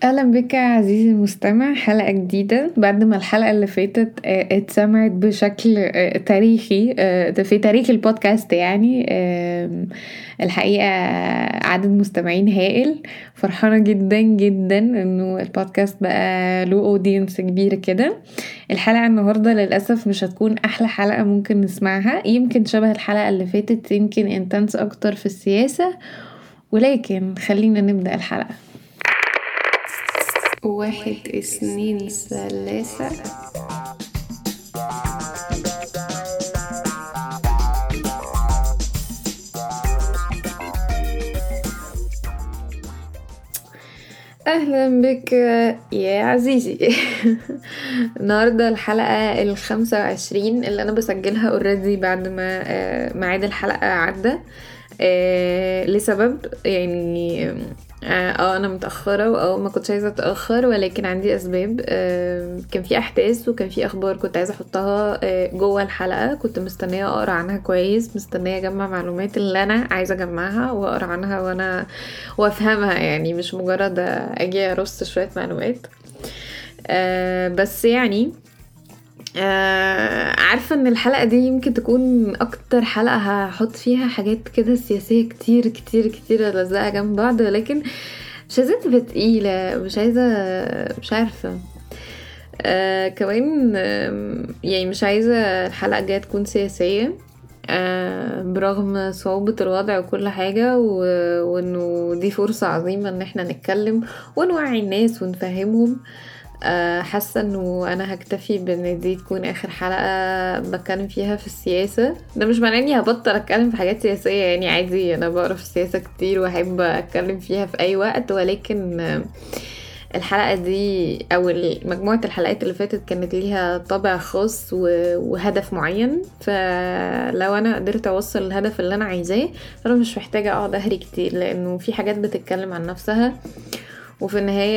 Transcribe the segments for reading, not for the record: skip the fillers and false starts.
اهلا بك عزيزي المستمع، حلقة جديدة بعد ما الحلقة اللي فاتت اتسمعت بشكل تاريخي في تاريخ البودكاست. يعني الحقيقة عدد مستمعين هائل. فرحانة جدا جدا انه البودكاست بقى له اودينس كبير كده. الحلقة النهاردة للأسف مش هتكون احلى حلقة ممكن نسمعها، يمكن شبه الحلقة اللي فاتت، يمكن انتنس اكتر في السياسة، ولكن خلينا نبدأ الحلقة. 1 2 3. أهلا بك يا عزيزي. النهاردة الحلقة 25 اللي أنا بسجلها اوريدي بعد ما ميعاد الحلقة عدى، لسبب يعني انا متاخره ما كنتش عايزه اتاخر، ولكن عندي اسباب. كان في احداث وكان في اخبار كنت عايزه احطها جوه الحلقه، كنت مستنيه اقرا عنها كويس، مستنيه اجمع معلومات اللي انا عايزه اجمعها واقرا عنها وانا وافهمها، يعني مش مجرد اجي ارص شويه معلومات. بس يعني عارفة ان الحلقة دي يمكن تكون اكتر حلقة هحط فيها حاجات كده سياسية كتير كتير كتير لزقها جنب بعض، ولكن مش عايزة تبقى تقيلة، مش عارفة. كمان يعني مش عايزة الحلقة الجاية تكون سياسية، برغم صعوبة الوضع وكل حاجة، وانه دي فرصة عظيمة ان احنا نتكلم ونوعي الناس ونفهمهم. حاسه انه انا هكتفي بان دي تكون اخر حلقه بتكلم فيها في السياسه. ده مش معناه اني هبطل اتكلم في حاجات سياسيه، يعني عادي، انا بقرا في السياسه كتير واحب اتكلم فيها في اي وقت، ولكن الحلقه دي او مجموعه الحلقات اللي فاتت كانت ليها طابع خاص وهدف معين، فلو انا قدرت اوصل الهدف اللي انا عايزاه فانا مش محتاجه اقعد اهري كتير، لانه في حاجات بتتكلم عن نفسها، وفي النهاية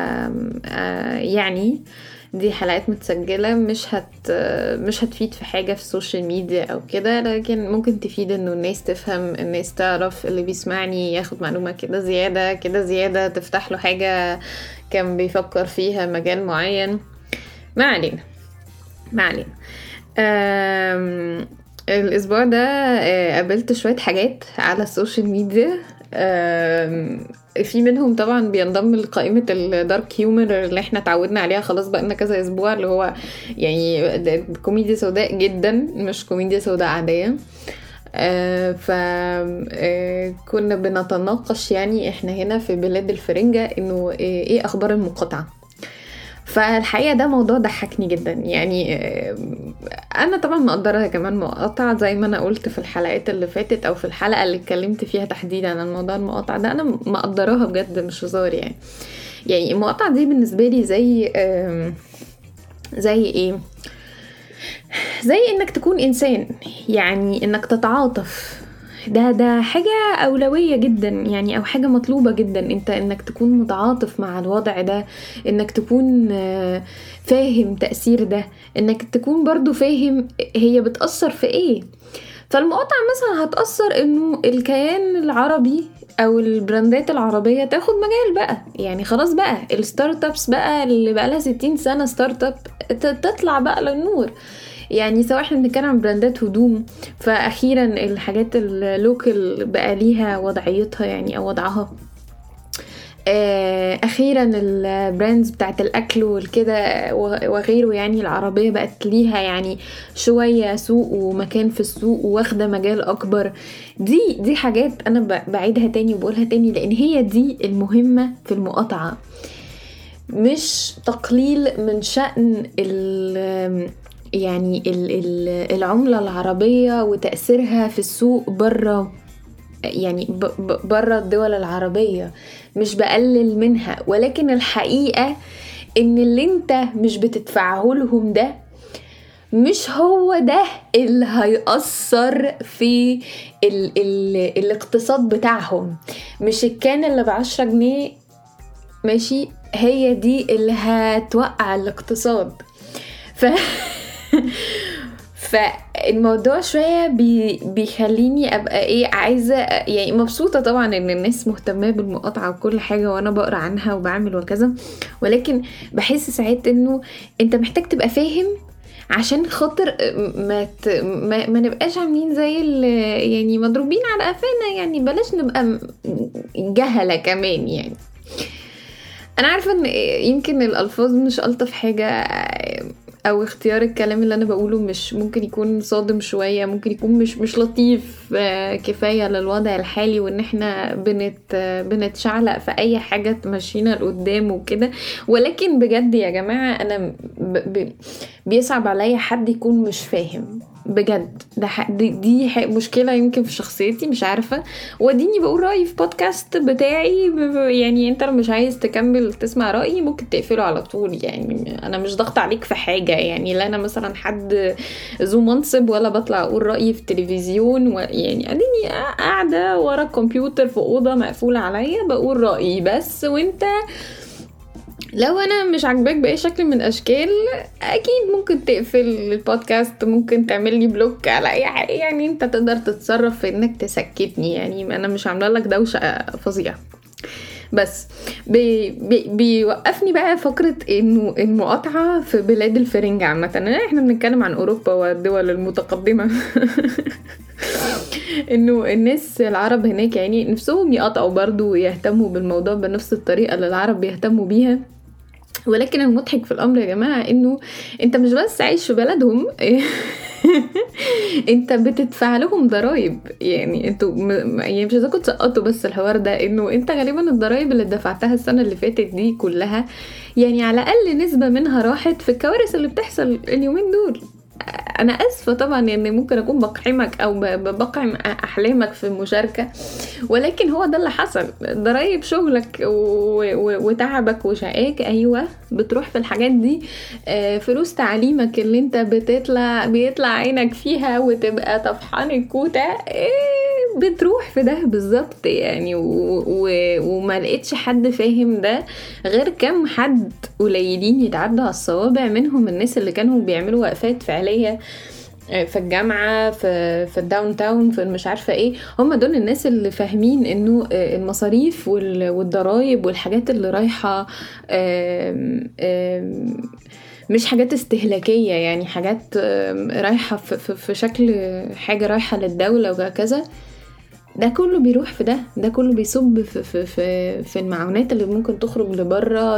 يعني دي حلقات متسجلة، مش هتفيد في حاجة في السوشيال ميديا او كده، لكن ممكن تفيد انه الناس تفهم، الناس تعرف، اللي بيسمعني ياخد معلومة كده زيادة كده زيادة، تفتح له حاجة كان بيفكر فيها مجال معين. ما علينا ما علينا. الاسبوع ده قابلت شوية حاجات على السوشيال ميديا، في منهم طبعا بينضم لقائمة الدارك هيومر اللي احنا تعودنا عليها خلاص بقالنا كذا اسبوع، اللي هو يعني كوميديا سوداء جدا، مش كوميديا سوداء عادية. كنا بنتناقش يعني احنا هنا في بلاد الفرنجة انه ايه اخبار المقاطعة. فالحقيقة ده موضوع ضحكني جدا، يعني انا طبعا مقدرها كمان مقاطعة، زي ما انا قلت في الحلقات اللي فاتت او في الحلقة اللي اتكلمت فيها تحديدا عن موضوع المقاطعة ده، انا مقدراها بجد مش هزار. يعني المقاطعة دي بالنسبة لي زي ايه، زي انك تكون انسان، يعني انك تتعاطف. ده حاجة أولوية جدا، يعني أو حاجة مطلوبة جدا، انك تكون متعاطف مع الوضع ده، انك تكون فاهم تأثير ده، انك تكون برضو فاهم هي بتأثر في ايه. فالمقاطعة مثلا هتأثر انه الكيان العربي او البراندات العربية تاخد مجال بقى، يعني خلاص بقى الستارت ابس بقى اللي بقى لها 60 سنة ستارت اب تطلع بقى للنور. يعني سواء احنا بنتكلم عن براندات هدوم، فاخيرا الحاجات اللوكل بقى ليها وضعيتها، يعني او وضعها. اخيرا البراندز بتاعت الاكل والكده وغيره، يعني العربية بقت ليها يعني شوية سوق ومكان في السوق واخدة مجال اكبر. دي حاجات انا بعيدها تاني وبقولها تاني، لان هي دي المهمة في المقاطعة، مش تقليل من شأن يعني العملة العربية وتأثيرها في السوق برا، يعني برا الدول العربية، مش بقلل منها، ولكن الحقيقة ان اللي انت مش بتدفعه لهم ده مش هو ده اللي هيأثر في الاقتصاد بتاعهم. مش الكان اللي ب10 جنيه ماشي هي دي اللي هتوقع الاقتصاد. ف فالموضوع شوية بيخليني ابقى ايه عايزة يعني مبسوطة طبعا ان الناس مهتمة بالمقاطعة وكل حاجة وانا بقرأ عنها وبعمل وكذا، ولكن بحس ساعات انه انت محتاج تبقى فاهم عشان خاطر ما نبقاش عاملين زي يعني مضروبين على قفانا، يعني بلاش نبقى جهلة كمان. يعني انا عارفة ان يمكن الالفاظ مش الطف حاجة، او اختيار الكلام اللي انا بقوله مش ممكن يكون صادم شوية، ممكن يكون مش لطيف كفاية للوضع الحالي، وان احنا بنتشعلق في اي حاجة تمشينا لقدام وكده. ولكن بجد يا جماعة انا بيصعب عليا حد يكون مش فاهم بجد. دي مشكلة يمكن في شخصيتي، مش عارفة. وديني بقول رأيي في بودكاست بتاعي، يعني انت لو مش عايز تكمل تسمع رأيي ممكن تقفله على طول، يعني انا مش ضغط عليك في حاجة، يعني لا انا مثلا حد ذو منصب ولا بطلع اقول رأيي في التلفزيون، يعني اديني قاعدة ورا الكمبيوتر في أوضة مقفولة عليا بقول رأيي بس. وانت لو انا مش عاجباك باي شكل من الاشكال اكيد ممكن تقفل البودكاست، ممكن تعمل لي بلوك على اي حاجه، يعني انت تقدر تتصرف في انك تسكتني، يعني انا مش عامله لك دوشه فظيعه. بس بيوقفني بقى فكره انه المقاطعه في بلاد الفرنج عامه، احنا بنتكلم عن اوروبا والدول المتقدمه انه الناس العرب هناك يعني نفسهم يقطعوا برضو ويهتموا بالموضوع بنفس الطريقه اللي العرب بيهتموا بيها. ولكن المضحك في الامر يا جماعه انه انت مش بس عايش في بلدهم انت بتدفع لهم ضرائب. يعني انتوا يعني مش عايزاكم تسقطوا بس الحوار ده، انه انت غالبا الضرائب اللي دفعتها السنه اللي فاتت دي كلها يعني على الاقل نسبه منها راحت في الكوارث اللي بتحصل اليومين دول. انا اسفه طبعا يعني ممكن اكون بقحمك او بقحم احلامك في المشاركه، ولكن هو ده اللي حصل. ضرايب شغلك وتعبك وشقاك ايوه بتروح في الحاجات دي. فلوس تعليمك اللي انت بيطلع عينك فيها وتبقى طفحان الكوته بتروح في ده بالظبط يعني. وما لقيتش حد فاهم ده غير كم حد قليلين يتعدى على الصوابع، منهم الناس اللي كانوا بيعملوا وقفات فعلية في الجامعة في الداون تاون في مش عارفة ايه. هم دول الناس اللي فاهمين انه المصاريف والضرايب والحاجات اللي رايحة مش حاجات استهلاكية، يعني حاجات رايحة في شكل حاجة رايحة للدولة وكذا. ده كله بيروح في ده كله بيصب في المعونات اللي ممكن تخرج لبره،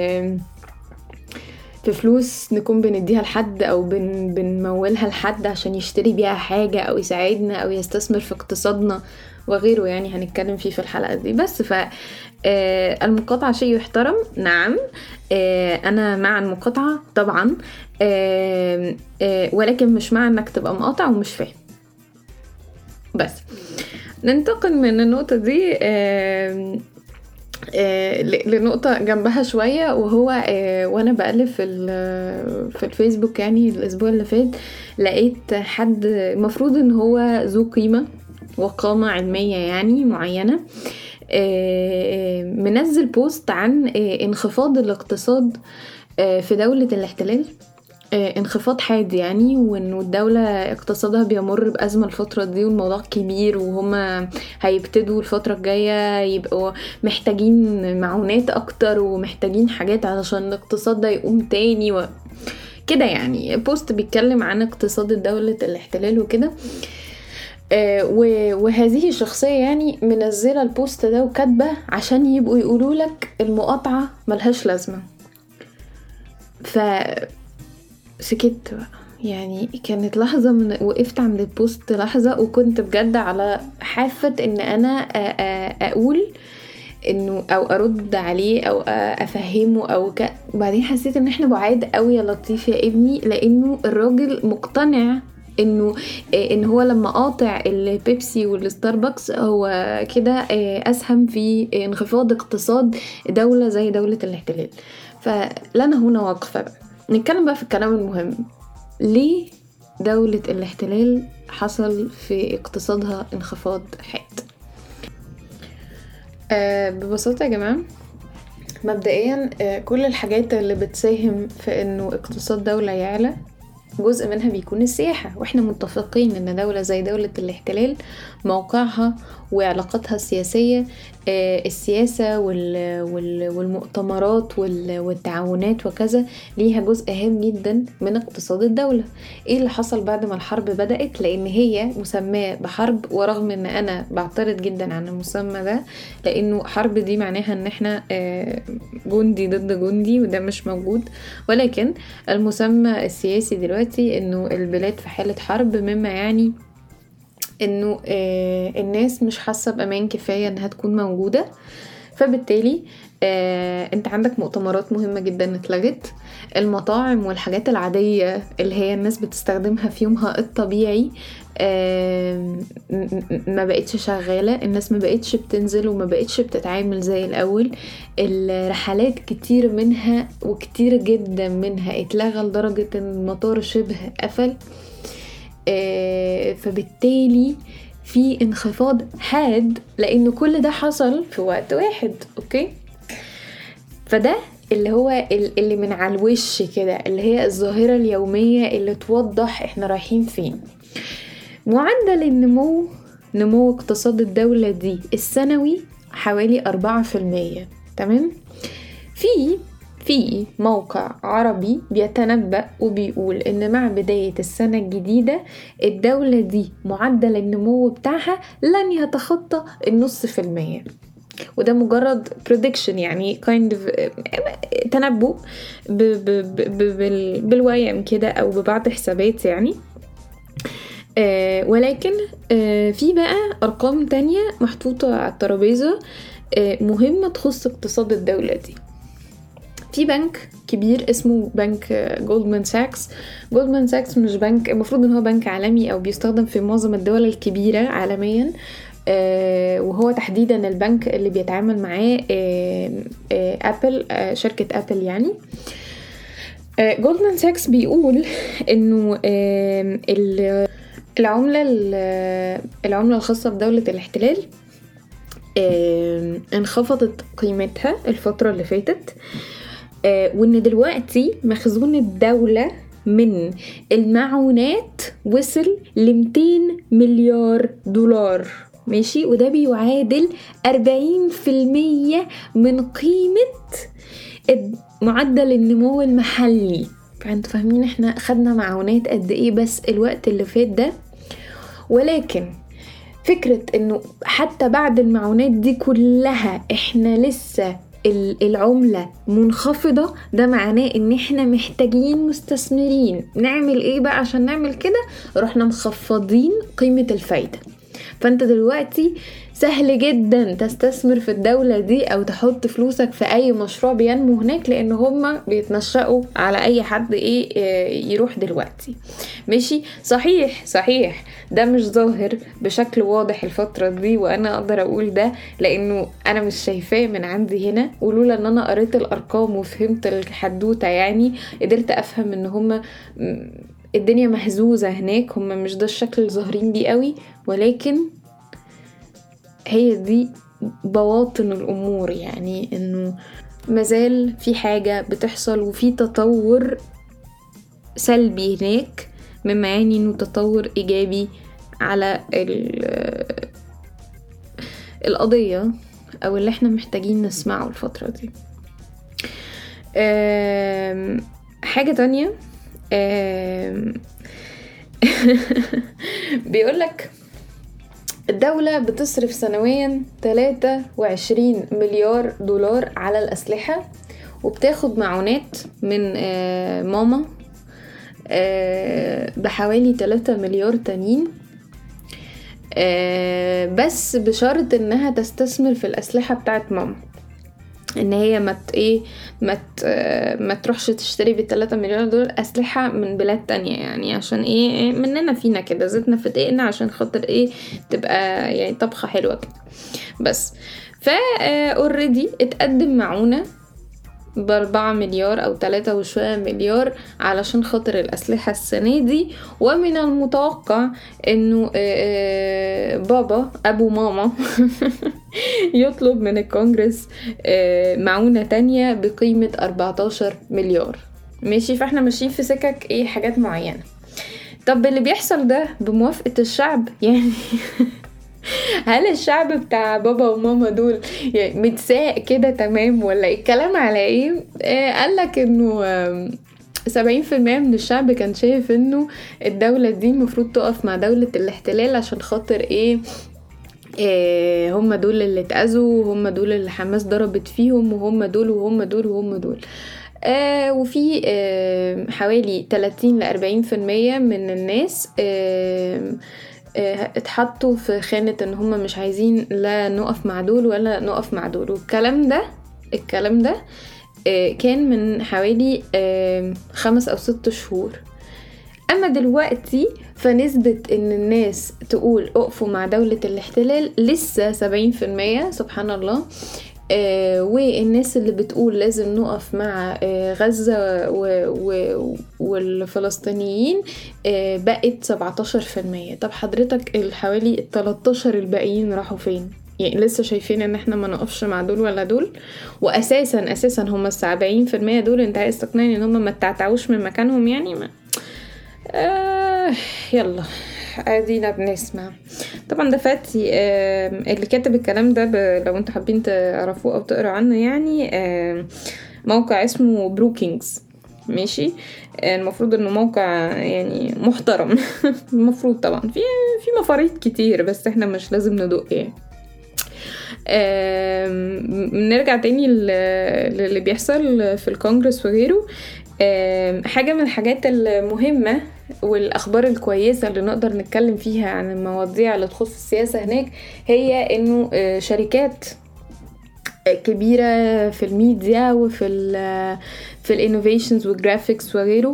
في فلوس نكون بنديها لحد او بنمولها لحد عشان يشتري بيها حاجة او يساعدنا او يستثمر في اقتصادنا وغيره، يعني هنتكلم فيه في الحلقة دي. بس المقاطعة شيء يحترم نعم، انا مع المقاطعة طبعا، ولكن مش مع انك تبقى مقاطع ومش فاهم. بس ننتقل من النقطة دي لنقطة جنبها شوية، وهو وانا بقلب في الفيسبوك يعني الاسبوع اللي فات لقيت حد مفروض ان هو ذو قيمة وقامة علمية يعني معينة، منزل بوست عن انخفاض الاقتصاد في دولة الاحتلال، انخفاض حاد يعني، وانه الدولة اقتصادها بيمر بأزمة الفترة دي والموضوع كبير، وهما هيبتدوا الفترة الجاية يبقوا محتاجين معونات اكتر ومحتاجين حاجات علشان الاقتصاد ده يقوم تاني كده. يعني بوست بيتكلم عن اقتصاد الدولة الاحتلال وكده. وهذه الشخصية يعني منزلة البوست ده وكاتبة عشان يبقوا يقولوا لك المقاطعة ملهاش لازمة. سكت بقى، يعني كانت لحظة وقفت عند البوست لحظة، وكنت بجد على حافة ان انا اقول انه او ارد عليه او افهمه او بعدين حسيت ان احنا بعاد قوي يا لطيف يا ابني، لانه الراجل مقتنع ان هو لما قاطع البيبسي والستاربكس هو كده اسهم في انخفاض اقتصاد دولة زي دولة الاحتلال. فلنا هنا واقفة بقى نتكلم بقى في الكلام المهم. ليه دولة الاحتلال حصل في اقتصادها انخفاض حاد؟ ببساطة يا جماعة، مبدئيا كل الحاجات اللي بتساهم في انه اقتصاد دولة يعلى جزء منها بيكون السياحة، واحنا متفقين ان دولة زي دولة الاحتلال موقعها وعلاقاتها السياسية، السياسة والمؤتمرات والتعاونات وكذا ليها جزء هام جدا من اقتصاد الدولة. ايه اللي حصل بعد ما الحرب بدأت؟ لان هي مسماة بحرب، ورغم ان انا بعترض جدا عن المسمى ده، لانه حرب دي معناها ان احنا جندي ضد جندي، وده مش موجود. ولكن المسمى السياسي دلوقتي انه البلاد في حالة حرب، مما يعني انه الناس مش حاسة بامان كفاية انها تكون موجودة. فبالتالي انت عندك مؤتمرات مهمة جدا اتلغت، المطاعم والحاجات العادية اللي هي الناس بتستخدمها في يومها الطبيعي ما بقتش شغالة، الناس ما بقتش بتنزل وما بقتش بتتعامل زي الأول. الرحلات كتير منها وكتير جدا منها اتلغى لدرجة ان المطار شبه قفل. فبالتالي في انخفاض حاد، لأن كل ده حصل في وقت واحد. اوكي، فده اللي هو اللي من على الوش كده، اللي هي الظاهرة اليومية اللي توضح احنا رايحين فين. معدل نمو اقتصاد الدولة دي السنوي حوالي 4%. تمام. في موقع عربي بيتنبأ وبيقول ان مع بداية السنة الجديدة الدولة دي معدل النمو بتاعها لن يتخطى 0.5%. وده مجرد prediction، يعني kind of تنبؤ بالويم كده او ببعض حسابات يعني. ولكن في بقى ارقام تانية محطوطة على الترابيزة مهمة تخص اقتصاد الدولة دي. في بنك كبير اسمه بنك جولدمان ساكس. جولدمان ساكس مش بنك، المفروض ان هو بنك عالمي او بيستخدم في معظم الدول الكبيرة عالميا، وهو تحديدا البنك اللي بيتعامل معاه ابل، شركة ابل يعني. جولدمان ساكس بيقول انه العملة الخاصة بدولة الاحتلال انخفضت قيمتها الفترة اللي فاتت، وان دلوقتي مخزون الدولة من المعونات وصل ل$200 مليار. ماشي، وده بيعادل 40% من قيمة معدل النمو المحلي. فانتوا فاهمين احنا خدنا معونات قد ايه بس الوقت اللي فات ده. ولكن فكرة انه حتى بعد المعونات دي كلها احنا لسه العملة منخفضة، ده معناه ان احنا محتاجين مستثمرين. نعمل ايه بقى عشان نعمل كده؟ رحنا مخفضين قيمة الفايدة. فانت دلوقتي سهل جدا تستثمر في الدولة دي او تحط فلوسك في اي مشروع بينمو هناك، لان هما بيتنشأوا على اي حد يروح دلوقتي. ماشي، صحيح ده مش ظاهر بشكل واضح الفترة دي، وانا اقدر اقول ده لانه انا مش شايفاه من عندي هنا، ولولا ان انا قريت الارقام وفهمت الحدوتة يعني قدرت افهم ان هما الدنيا مهزوزة هناك، هما مش ده الشكل الظاهرين بيه قوي، ولكن هي دي بواطن الأمور. يعني إنه مازال في حاجة بتحصل وفي تطور سلبي هناك، مما يعني إنه تطور إيجابي على القضية أو اللي احنا محتاجين نسمعه الفترة دي. حاجة تانية بيقولك الدولة بتصرف سنويا $23 مليار على الأسلحة، وبتاخد معونات من ماما بحوالي 3 مليار تانيين، بس بشرط انها تستثمر في الأسلحة بتاعت ماما، ان هي ما تروحش تشتري ب3 مليار دول أسلحة من بلاد تانية، يعني عشان مننا فينا كده زيتنا في دقيقنا عشان خاطر تبقى يعني طبخة حلوة كده بس. already اتقدم معونة ب4 مليار أو 3 وشوية مليار علشان خاطر الأسلحة السنة دي، ومن المتوقع انه بابا أبو ماما يطلب من الكونجرس معونة تانية بقيمة 14 مليار. ماشي، فاحنا ماشيين في سكك ايه، حاجات معينة. طب اللي بيحصل ده بموافقة الشعب يعني؟ هل الشعب بتاع بابا وماما دول يعني متساق كده تمام، ولا الكلام على ايه؟ قالك انه 70% من الشعب كان شايف انه الدولة دي المفروض تقف مع دولة الاحتلال، عشان خاطر ايه؟ هم دول اللي اتأذوا، وهم دول اللي حماس ضربت فيهم، وهم دول وهم دول وهم دول. وفي حوالي 30-40% من الناس اتحطوا في خانة ان هم مش عايزين لا نقف مع دول ولا نقف مع دول. والكلام ده كان من حوالي 5 أو 6 شهور. اما دلوقتي فنسبة ان الناس تقول اقفوا مع دولة الاحتلال لسه 70%، سبحان الله. والناس اللي بتقول لازم نقف مع غزة والفلسطينيين بقت 17%. طب حضرتك حوالي 13 الباقيين راحوا فين؟ يعني لسه شايفين ان احنا ما نقفش مع دول ولا دول؟ واساسا هم 70% دول انت عايز تقنعني ان هم ما تعتعوش من مكانهم يعني؟ ما يلا ادينا بنسمع. طبعا ده فاتي اللي كاتب الكلام ده لو انتوا حابين تعرفوه او تقروا عنه يعني. موقع اسمه بروكينجز. ماشي. المفروض انه موقع يعني محترم. المفروض طبعا في مفاريد كتير، بس احنا مش لازم ندق يعني. نرجع تاني اللي بيحصل في الكونجرس وغيره. حاجة من الحاجات المهمة والأخبار الكويسة اللي نقدر نتكلم فيها عن المواضيع اللي تخص السياسة هناك، هي إنه شركات كبيرة في الميديا وفي الانوفيشنز والجرافيكس وغيره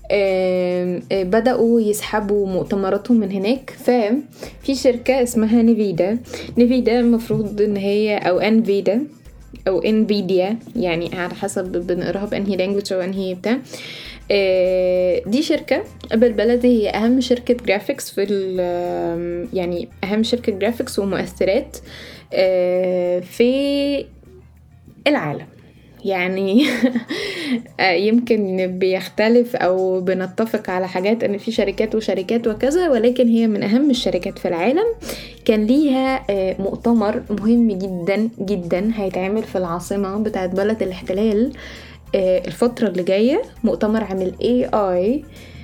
بدأوا يسحبوا مؤتمراتهم من هناك. ففي شركة اسمها نيفيدا المفروض ان هي او انفيدا او انفيديا، يعني على حسب بنقراها بانهي لانجويج او انهي بتاع. دي شركة بالبلدي هي اهم شركة جرافيكس في يعني اهم شركة جرافيكس ومؤثرات في العالم يعني. يمكن بيختلف او بنتفق على حاجات ان في شركات وشركات وكذا، ولكن هي من اهم الشركات في العالم. كان ليها مؤتمر مهم جدا جدا هيتعمل في العاصمة بتاعت بلد الاحتلال الفترة اللي جاية، مؤتمر عن ال AI.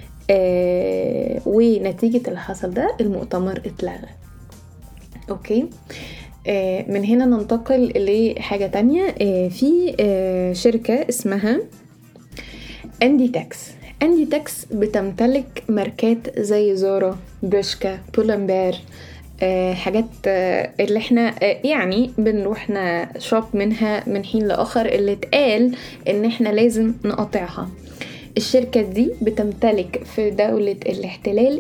ونتيجة اللي حصل ده المؤتمر اتلغى. اوكي. من هنا ننتقل لحاجة تانية. في شركة اسمها انديتكس بتمتلك ماركات زي زارا، برشكا، بولمبير، حاجات اللي احنا يعني بنروح نشوب منها من حين لآخر، اللي اتقال ان احنا لازم نقاطعها. الشركة دي بتمتلك في دولة الاحتلال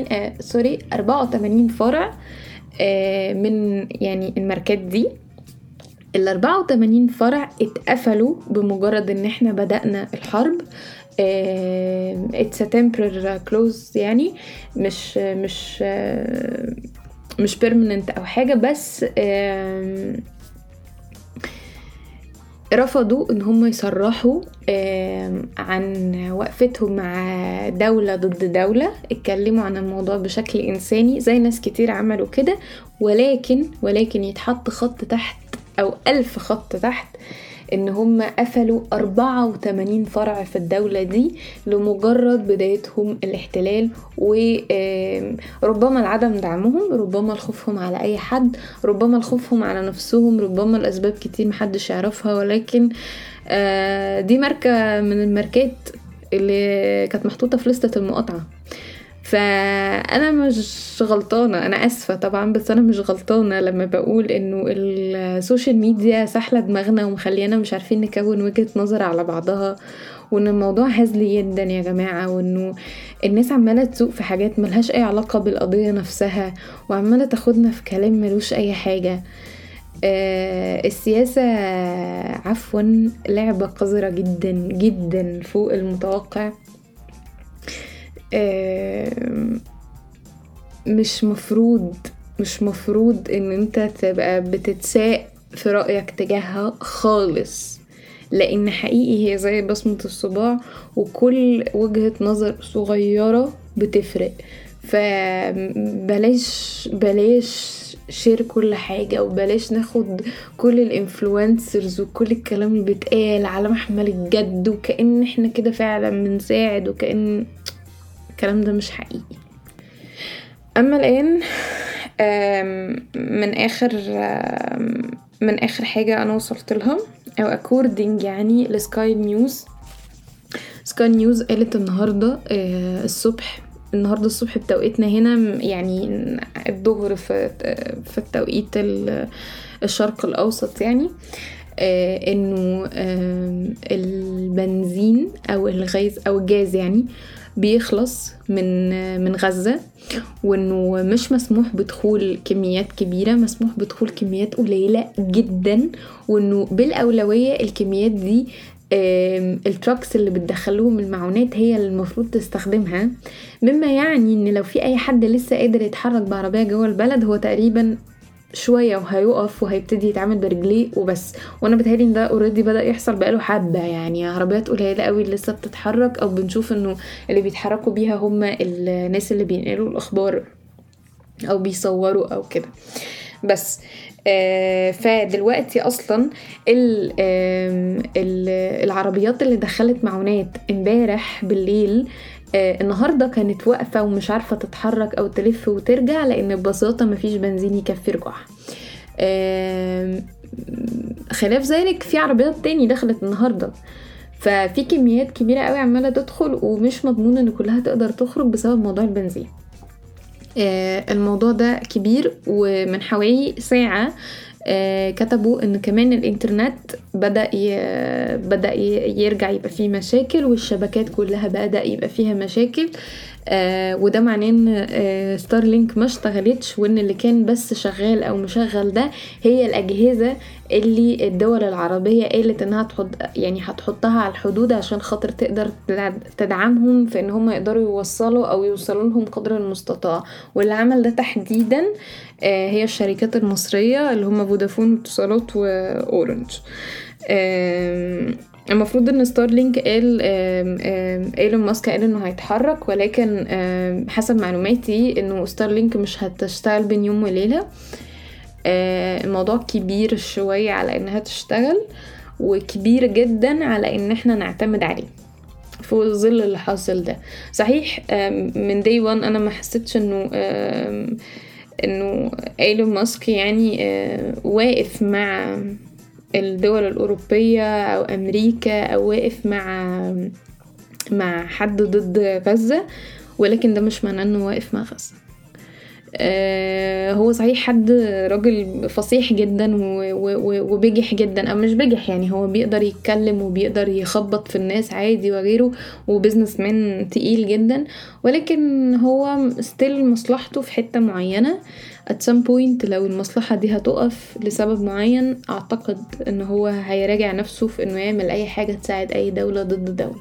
84 فرع من يعني الماركات دي. 84 فرع اتقفلوا بمجرد ان احنا بدأنا الحرب. it's a temporary close، يعني مش permanent او حاجة، بس رفضوا ان هم يصرحوا عن وقفتهم مع دولة ضد دولة. اتكلموا عن الموضوع بشكل انساني زي ناس كتير عملوا كده، ولكن يتحط خط تحت او 1000 خط تحت ان هم قفلوا 84 فرع في الدولة دي لمجرد بدايتهم الاحتلال. وربما العدم دعمهم، ربما الخوفهم على اي حد، ربما الخوفهم على نفسهم، ربما الاسباب كتير محدش يعرفها، ولكن دي ماركة من الماركات اللي كانت محطوطة في لستة المقاطعة. فانا مش غلطانة، انا اسفة طبعا، بس انا مش غلطانة لما بقول انه السوشيال ميديا سحلة دماغنا ومخلينا مش عارفين نكون وجهة نظر على بعضها، وان الموضوع هزلي جدا يا جماعة، وانه الناس عمالة تسوق في حاجات ملهاش اي علاقة بالقضية نفسها، وعمالة تاخدنا في كلام ملوش اي حاجة. السياسة عفوا لعبة قذرة جدا جدا فوق المتوقع. مش مفروض ان انت تبقى بتتساق في رأيك تجاهها خالص. لان حقيقي هي زي بصمة الصباع، وكل وجهة نظر صغيرة بتفرق. بلاش شير كل حاجة، وبلاش ناخد كل الانفلونسرز وكل الكلام اللي بيتقال على محمل الجد وكأن احنا كده فعلا بنساعد، وكأن الكلام ده مش حقيقي. اما الان من اخر حاجة انا وصلت لها، او according يعني لسكاي نيوز. سكاي نيوز قالت النهاردة الصبح بتوقيتنا هنا، يعني الظهر في التوقيت الشرق الاوسط، يعني انه البنزين او الغاز او الجاز يعني بيخلص من غزة، وانه مش مسموح بدخول كميات كبيرة، مسموح بدخول كميات قليلة جدا، وانه بالأولوية الكميات دي التراكس اللي بتدخلهم المعونات هي اللي المفروض تستخدمها. مما يعني ان لو في اي حد لسه قادر يتحرك بعربية جوه البلد، هو تقريبا شوية وهيقف وهيبتدي يتعامل برجليه وبس. وانا بتهيألي ان ده اوريدي بدأ يحصل بقاله حبة، يعني عربيات قليلة قوي لسه بتتحرك، او بنشوف انه اللي بيتحركوا بيها هم الناس اللي بينقلوا الاخبار او بيصوروا او كده بس. فدلوقتي اصلا العربيات اللي دخلت معونات امبارح بالليل النهاردة كانت واقفة ومش عارفة تتحرك او تلف وترجع، لان ببساطة مفيش بنزين يكفي رجوعها. خلاف ذلك في عربيات تاني دخلت النهاردة، ففي كميات كبيرة قوي عمالة تدخل، ومش مضمون ان كلها تقدر تخرج بسبب موضوع البنزين. الموضوع ده كبير، ومن حوالي ساعة كتبوا ان كمان الانترنت بدأ يرجع يبقى فيه مشاكل، والشبكات كلها بدأ يبقى فيها مشاكل. وده معناه ان ستارلينك ما اشتغلتش، وان اللي كان بس شغال او مشغل ده هي الاجهزة اللي الدول العربية قالت انها هتحطها على الحدود عشان خاطر تقدر تدعمهم في ان هم يقدروا يوصلوا لهم قدر المستطاع. واللي عمل ده تحديدا هي الشركات المصرية اللي هم فودافون واتصالات واورنج. المفروض ان ستارلينك ايلون ماسك قال انه هيتحرك، ولكن حسب معلوماتي انه ستارلينك مش هتشتغل بين يوم وليلة. الموضوع كبير شوية على انها تشتغل، وكبير جدا على ان احنا نعتمد عليه في ظل اللي حاصل ده. صحيح من day one انا ما حسيتش انه ايلون ماسك يعني واقف مع الدول الأوروبية أو أمريكا، أو واقف مع حد ضد غزة، ولكن ده مش معناه أنه واقف مع غزة. هو صحيح راجل فصيح جدا وبجح جدا، او مش بجح يعني، هو بيقدر يتكلم وبيقدر يخبط في الناس عادي وغيره، وبزنس مان تقيل جدا، ولكن هو ستيل مصلحته في حتة معينة. at some point لو المصلحة دي هتقف لسبب معين، اعتقد ان هو هيراجع نفسه في انه يعمل اي حاجة تساعد اي دولة ضد دولة.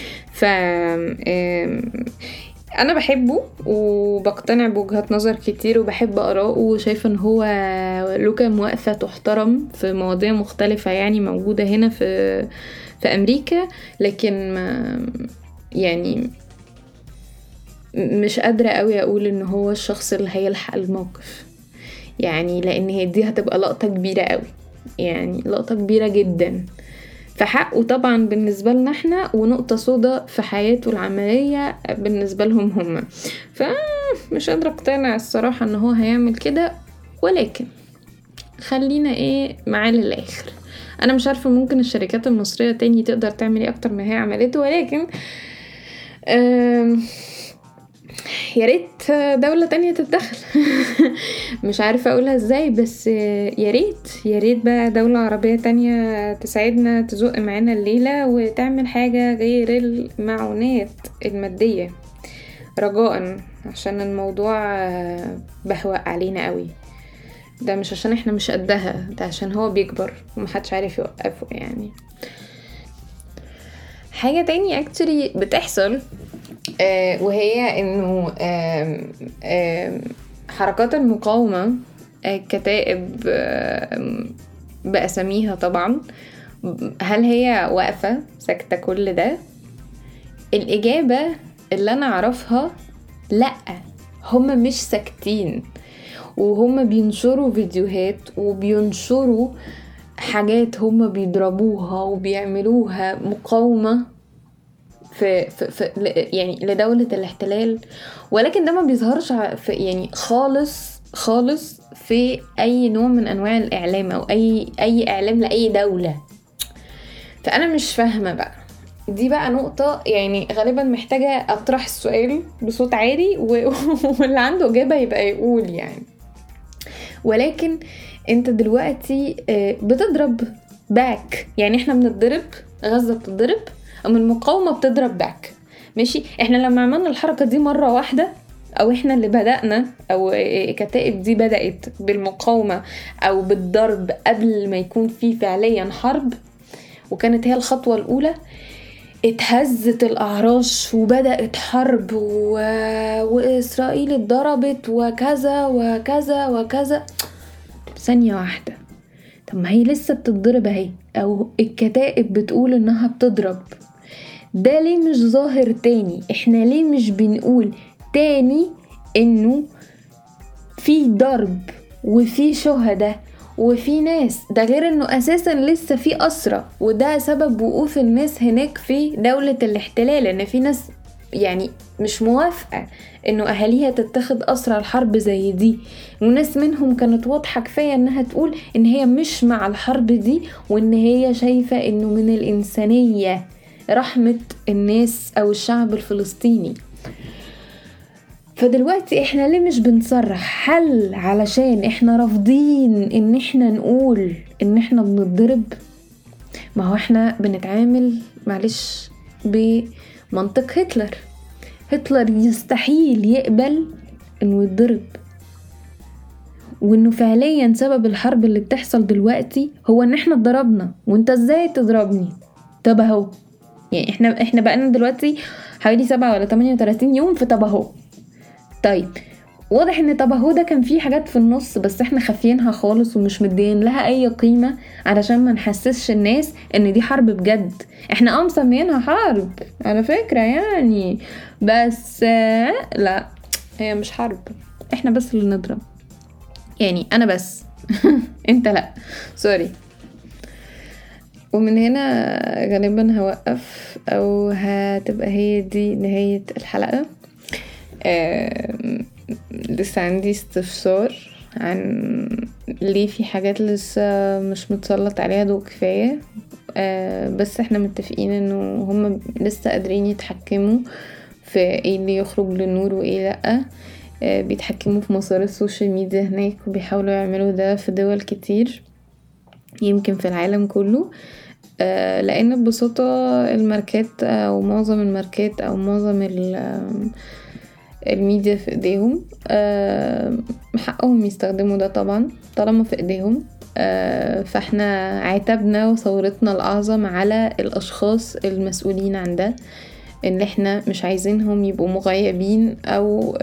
انا بحبه وبقتنع بوجهات نظر كتير، وبحب اراءه، وشايفه ان هو له كام وقفه تحترم في مواضيع مختلفه يعني موجوده هنا في امريكا، لكن يعني مش قادره قوي اقول ان هو الشخص اللي هيلحق الموقف، يعني لان هي دي هتبقى لقطه كبيره قوي، يعني لقطه كبيره جدا فحقه طبعا بالنسبة لنا احنا، ونقطة صودا في حياته العملية بالنسبة لهم هم. فمش قادرة اقتنع الصراحة ان هو هيعمل كده، ولكن خلينا معاه للآخر. انا مش عارفة ممكن الشركات المصرية تاني تقدر تعمل ايه اكتر ما هي عملته، ولكن يا ريت دولة تانية تتدخل. مش عارفة اقولها ازاي، بس يا ريت بقى دولة عربية تانية تساعدنا، تزق معانا الليلة وتعمل حاجة غير المعونات المادية رجاء، عشان الموضوع بهوأ علينا قوي. ده مش عشان احنا مش قدها، ده عشان هو بيكبر ومحدش عارف يوقفه. يعني حاجة تاني actually بتحصل وهي انه حركات المقاومة، كتائب بأساميها طبعا، هل هي واقفة ساكتة كل ده؟ الإجابة اللي أنا أعرفها لأ، هم مش ساكتين، وهم بينشروا فيديوهات وبينشروا حاجات هم بيضربوها وبيعملوها مقاومة في يعني لدولة الاحتلال، ولكن ده ما بيظهرش في يعني خالص في أي نوع من أنواع الإعلام أو أي إعلام لأي دولة. فأنا مش فاهمة بقى، دي بقى نقطة يعني غالبا محتاجة أطرح السؤال بصوت عالي واللي عنده إجابة يبقى يقول يعني. ولكن انت دلوقتي بتضرب باك، يعني احنا بنضرب، غزة بتضرب، اما المقاومة بتضرب باك. ماشي، احنا لما عملنا الحركة دي مرة واحدة، او احنا اللي بدأنا، او كتائب دي بدأت بالمقاومة او بالضرب قبل ما يكون في فعليا حرب، وكانت هي الخطوة الاولى، اتهزت الأعراش وبدأت حرب وإسرائيل اتضربت وكذا وكذا وكذا. ثانية واحدة، طب ما هي لسه بتضرب اهي، او الكتائب بتقول انها بتضرب، ده ليه مش ظاهر تاني؟ احنا ليه مش بنقول تاني انه في ضرب وفي شهداء وفي ناس؟ ده غير انه اساسا لسه في اسرى، وده سبب وقوف الناس هناك في دولة الاحتلال، ان في ناس يعني مش موافقة انه اهاليها تتخذ اسرى الحرب زي دي، وناس منهم كانت واضحة كفاية انها تقول ان هي مش مع الحرب دي، وان هي شايفة انه من الانسانية رحمة الناس او الشعب الفلسطيني. فدلوقتي احنا ليه مش بنصرح حل؟ علشان احنا رافضين ان احنا نقول ان احنا بنضرب. ما هو احنا بنتعامل معلش بمنطق هتلر يستحيل يقبل انه يتضرب، وانه فعليا سبب الحرب اللي بتحصل دلوقتي هو ان احنا اتضربنا. وانت ازاي تضربني؟ طب اهو، يعني احنا بقالنا دلوقتي حوالي 7 ولا 38 يوم في طب اهو. طيب واضح ان طب اهو ده كان فيه حاجات في النص، بس احنا خافينها خالص ومش مدين لها اي قيمة علشان ما نحسسش الناس ان دي حرب بجد. احنا مسمينها حرب على فكرة يعني، بس لا، هي مش حرب، احنا بس اللي نضرب، يعني انا بس انت لا، سوري. ومن هنا غالبا هوقف، او هتبقى هي دي نهاية الحلقة. لسه عندي استفسار عن ليه في حاجات لسه مش متسلط عليها ضوء كفاية، بس احنا متفقين انه هم لسه قادرين يتحكموا في ايه اللي يخرج للنور وايه لأ. بيتحكموا في مسار السوشيال ميديا هناك، وبيحاولوا يعملوا ده في دول كتير يمكن في العالم كله، لان ببساطة الماركات او معظم الماركات او معظم الميديا في ايديهم، حقهم يستخدموا ده طبعا طالما في ايديهم. فاحنا عاتبنا وثورتنا الاعظم على الاشخاص المسؤولين عن ده، ان احنا مش عايزينهم يبقوا مغيبين او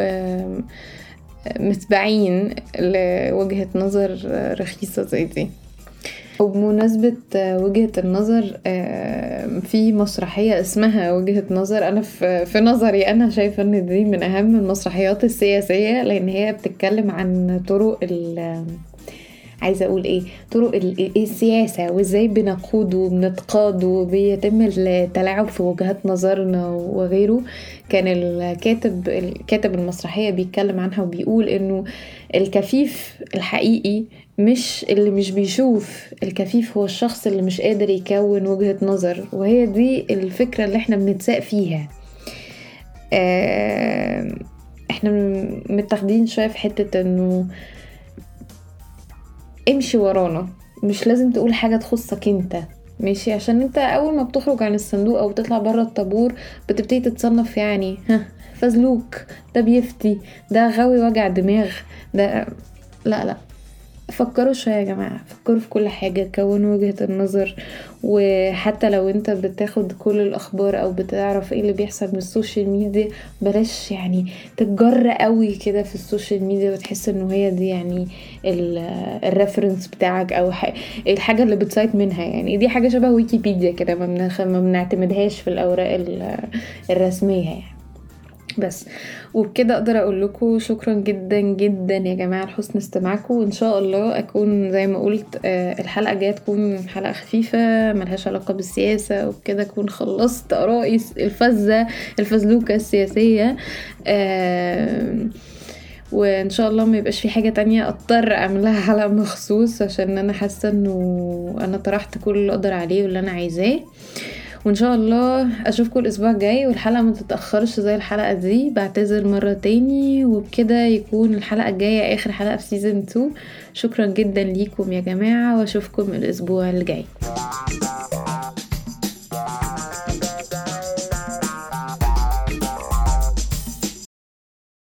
متبعين لوجهة نظر رخيصة زي دي. وبمناسبة وجهة النظر، في مسرحية اسمها وجهة نظر، أنا في نظري أنا شايفة أن دي من أهم المسرحيات السياسية، لأن هي بتتكلم عن طرق عايزة أقول إيه، طرق السياسة وإزاي بنقود وبنتقاد وبيتم التلاعب في وجهات نظرنا وغيره. كان الكاتب المسرحية بيتكلم عنها وبيقول إنه الكفيف الحقيقي مش اللي مش بيشوف، الكفيف هو الشخص اللي مش قادر يكون وجهة نظر. وهي دي الفكرة اللي احنا بنتساق فيها. احنا متاخدين شوية في حتة انه امشي ورانا، مش لازم تقول حاجة تخصك انت، ماشي؟ عشان انت اول ما بتخرج عن الصندوق او بتطلع برا الطابور بتبتدي تتصنف يعني فزلوك، ده بيفتي، ده غاوي وجع دماغ، ده لا فكروا شوية يا جماعة، فكروا في كل حاجة، كونوا وجهة النظر. وحتى لو انت بتاخد كل الاخبار او بتعرف ايه اللي بيحصل من السوشيال ميديا، بلاش يعني تتجر قوي كده في السوشيال ميديا وتحس انه هي دي يعني الريفرنس بتاعك او الحاجة اللي بتسايت منها. يعني دي حاجة شبه ويكيبيديا كده، ما بنعتمدهاش في الاوراق الرسمية يعني. بس وبكده اقدر اقول لكم شكرا جدا جدا يا جماعه لحسن استماعكم، وان شاء الله اكون زي ما قلت الحلقه الجايه تكون حلقه خفيفه ملهاش علاقه بالسياسه، وبكده اكون خلصت ارائي الفزلوكه السياسيه. وان شاء الله ما يبقاش في حاجه تانية اضطر اعملها حلقه مخصوص، عشان انا حاسه انه انا طرحت كل اللي اقدر عليه واللي انا عايزاه. وان شاء الله اشوفكم الاسبوع الجاي، والحلقه ما تتاخرش زي الحلقه دي. بعتذر مره تاني، وبكده يكون الحلقه الجايه اخر حلقه في سيزن 2. شكرا جدا ليكم يا جماعه، واشوفكم الاسبوع الجاي.